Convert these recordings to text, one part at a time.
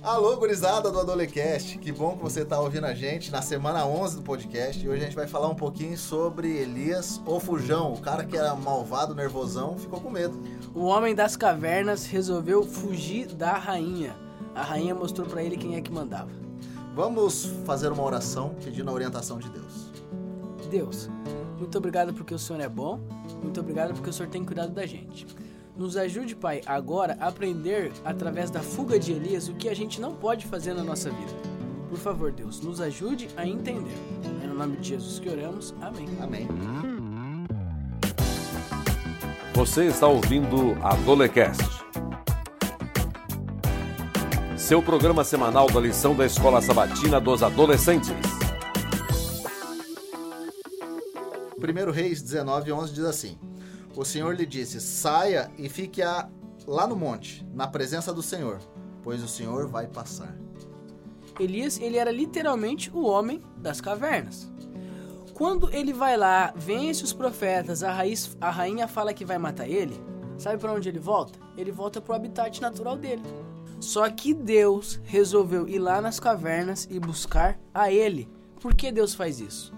Alô, gurizada do Adolecast, que bom que você está ouvindo a gente na semana 11 do podcast. E hoje a gente vai falar um pouquinho sobre Elias, ou Fujão, o cara que era malvado, nervosão, ficou com medo. O homem das cavernas resolveu fugir da rainha. A rainha mostrou para ele quem é que mandava. Vamos fazer uma oração pedindo a orientação de Deus. Deus, muito obrigado porque o Senhor é bom, muito obrigado porque o Senhor tem cuidado da gente. Nos ajude, Pai, agora a aprender, através da fuga de Elias, o que a gente não pode fazer na nossa vida. Por favor, Deus, nos ajude a entender. É no nome de Jesus que oramos. Amém. Amém. Você está ouvindo Adolecast, seu programa semanal da lição da Escola Sabatina dos Adolescentes. 1 Reis 19:11 diz assim: O Senhor lhe disse, saia e fique lá no monte, na presença do Senhor, pois o Senhor vai passar. Elias, ele era literalmente o homem das cavernas. Quando ele vai lá, vence os profetas, a rainha fala que vai matar ele, sabe para onde ele volta? Ele volta pro habitat natural dele. Só que Deus resolveu ir lá nas cavernas e buscar a ele. Por que Deus faz isso?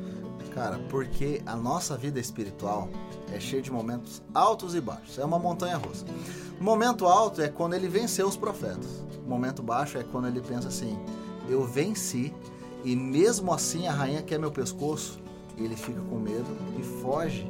Cara, porque a nossa vida espiritual é cheia de momentos altos e baixos. É uma montanha-russa. O momento alto é quando ele venceu os profetas. O momento baixo é quando ele pensa assim, eu venci e mesmo assim a rainha quer meu pescoço. Ele fica com medo e foge.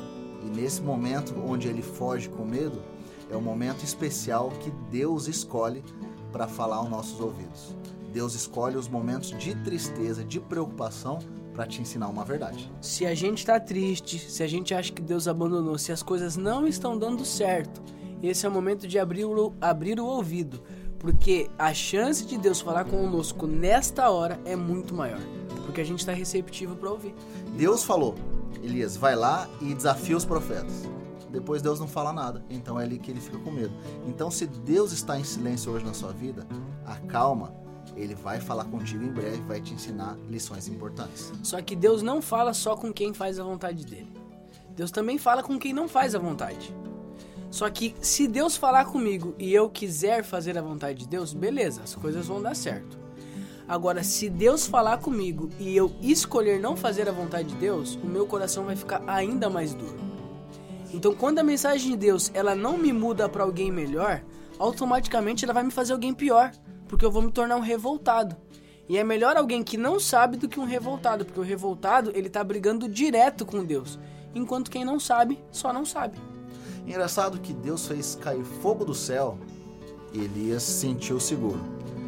E nesse momento onde ele foge com medo, é o momento especial que Deus escolhe para falar aos nossos ouvidos. Deus escolhe os momentos de tristeza, de preocupação, para te ensinar uma verdade. Se a gente está triste, se a gente acha que Deus abandonou, se as coisas não estão dando certo, esse é o momento de abrir o ouvido, porque a chance de Deus falar conosco nesta hora é muito maior, porque a gente está receptivo para ouvir. Deus falou, Elias, vai lá e desafia os profetas. Depois Deus não fala nada, então é ali que ele fica com medo. Então se Deus está em silêncio hoje na sua vida, acalma. Ele vai falar contigo em breve, vai te ensinar lições importantes. Só que Deus não fala só com quem faz a vontade dele. Deus também fala com quem não faz a vontade. Só que se Deus falar comigo e eu quiser fazer a vontade de Deus, beleza, as coisas vão dar certo. Agora, se Deus falar comigo e eu escolher não fazer a vontade de Deus, o meu coração vai ficar ainda mais duro. Então, quando a mensagem de Deus ela não me muda para alguém melhor, automaticamente ela vai me fazer alguém pior. Porque eu vou me tornar um revoltado. E é melhor alguém que não sabe do que um revoltado. Porque o revoltado, ele tá brigando direto com Deus. Enquanto quem não sabe, só não sabe. Engraçado que Deus fez cair fogo do céu e Elias sentiu seguro.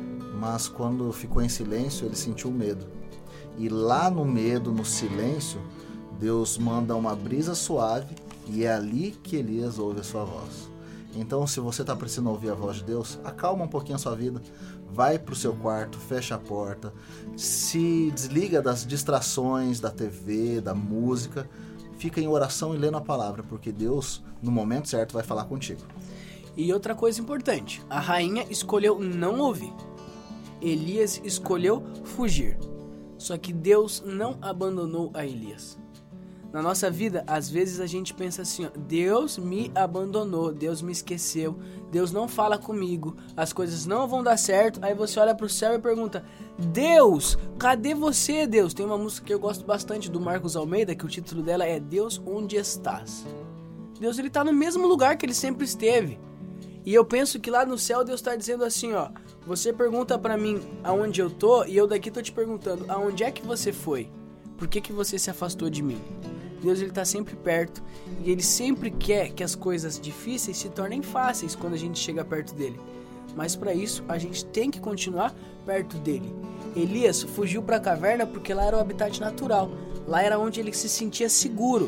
Mas quando ficou em silêncio, ele sentiu medo. E lá no medo, no silêncio, Deus manda uma brisa suave e é ali que Elias ouve a sua voz. Então, se você está precisando ouvir a voz de Deus, acalma um pouquinho a sua vida, vai para o seu quarto, fecha a porta, se desliga das distrações da TV, da música, fica em oração e lendo a palavra, porque Deus, no momento certo, vai falar contigo. E outra coisa importante, a rainha escolheu não ouvir. Elias escolheu fugir. Só que Deus não abandonou a Elias. Na nossa vida, às vezes a gente pensa assim, ó, Deus me abandonou, Deus me esqueceu, Deus não fala comigo, as coisas não vão dar certo. Aí você olha pro céu e pergunta, Deus, cadê você, Deus? Tem uma música que eu gosto bastante do Marcos Almeida, que o título dela é Deus, onde estás? Deus, ele tá no mesmo lugar que ele sempre esteve. E eu penso que lá no céu Deus tá dizendo assim, ó, você pergunta pra mim aonde eu tô e eu daqui tô te perguntando, aonde é que você foi? Por que você se afastou de mim? Deus, ele está sempre perto e ele sempre quer que as coisas difíceis se tornem fáceis quando a gente chega perto dele. Mas para isso, a gente tem que continuar perto dele. Elias fugiu para a caverna porque lá era o habitat natural. Lá era onde ele se sentia seguro.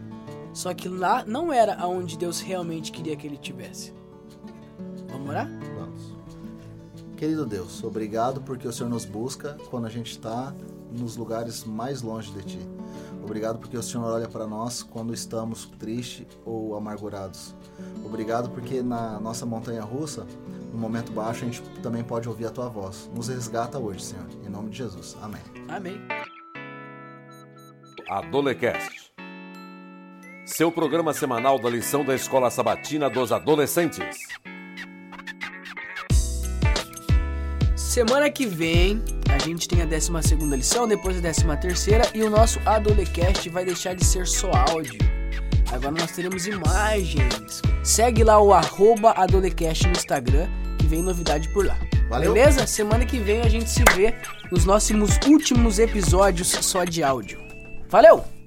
Só que lá não era aonde Deus realmente queria que ele estivesse. Vamos orar? Vamos. Querido Deus, obrigado porque o Senhor nos busca quando a gente está nos lugares mais longe de Ti. Obrigado porque o Senhor olha para nós quando estamos tristes ou amargurados. Obrigado porque na nossa montanha-russa, no momento baixo, a gente também pode ouvir a Tua voz. Nos resgata hoje, Senhor. Em nome de Jesus. Amém. Amém. Adolecast, seu programa semanal da lição da Escola Sabatina dos Adolescentes. Semana que vem a gente tem a 12ª lição, depois a 13ª, e o nosso Adolecast vai deixar de ser só áudio. Agora nós teremos imagens. Segue lá o @Adolecast no Instagram, que vem novidade por lá. Valeu. Beleza? Semana que vem a gente se vê nos nossos últimos episódios só de áudio. Valeu!